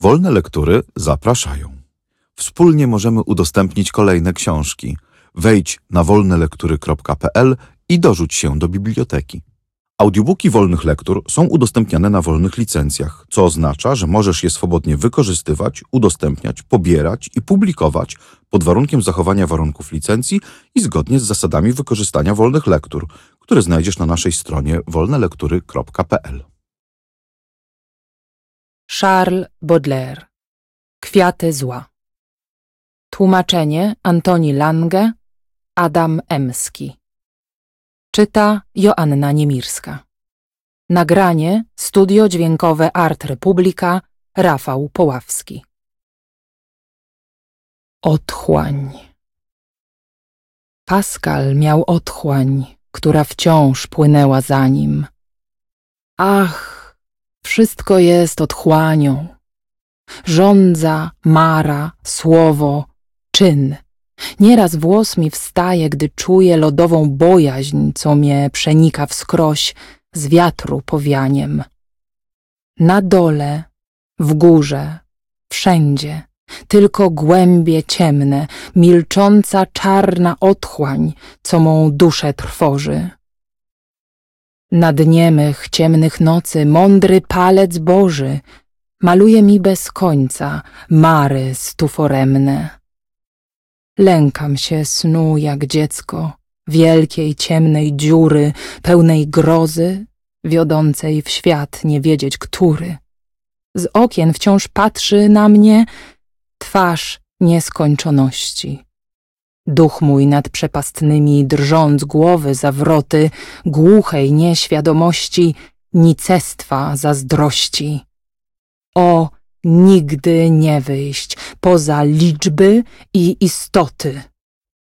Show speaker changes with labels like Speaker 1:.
Speaker 1: Wolne lektury zapraszają. Wspólnie możemy udostępnić kolejne książki. Wejdź na wolnelektury.pl i dorzuć się do biblioteki. Audiobooki wolnych lektur są udostępniane na wolnych licencjach, co oznacza, że możesz je swobodnie wykorzystywać, udostępniać, pobierać i publikować pod warunkiem zachowania warunków licencji i zgodnie z zasadami wykorzystania wolnych lektur, które znajdziesz na naszej stronie wolnelektury.pl.
Speaker 2: Charles Baudelaire. Kwiaty zła. Tłumaczenie Antoni Lange, Adam Emski. Czyta Joanna Niemirska. Nagranie Studio Dźwiękowe Art Republika, Rafał Poławski. Otchłań. Pascal miał otchłań, która wciąż płynęła za nim. Ach, wszystko jest otchłanią. Żądza, mara, słowo, czyn. Nieraz włos mi wstaje, gdy czuję lodową bojaźń, co mnie przenika wskroś z wiatru powianiem. Na dole, w górze, wszędzie, tylko głębie ciemne, milcząca czarna otchłań, co mą duszę trwoży. Na dnie mych ciemnych nocy mądry palec Boży maluje mi bez końca mary stuforemne. Lękam się snu jak dziecko, wielkiej ciemnej dziury, pełnej grozy, wiodącej w świat nie wiedzieć który. Z okien wciąż patrzy na mnie twarz nieskończoności. Duch mój nad przepastnymi drżąc głowy zawroty, głuchej nieświadomości, nicestwa zazdrości. O, nigdy nie wyjść poza liczby i istoty.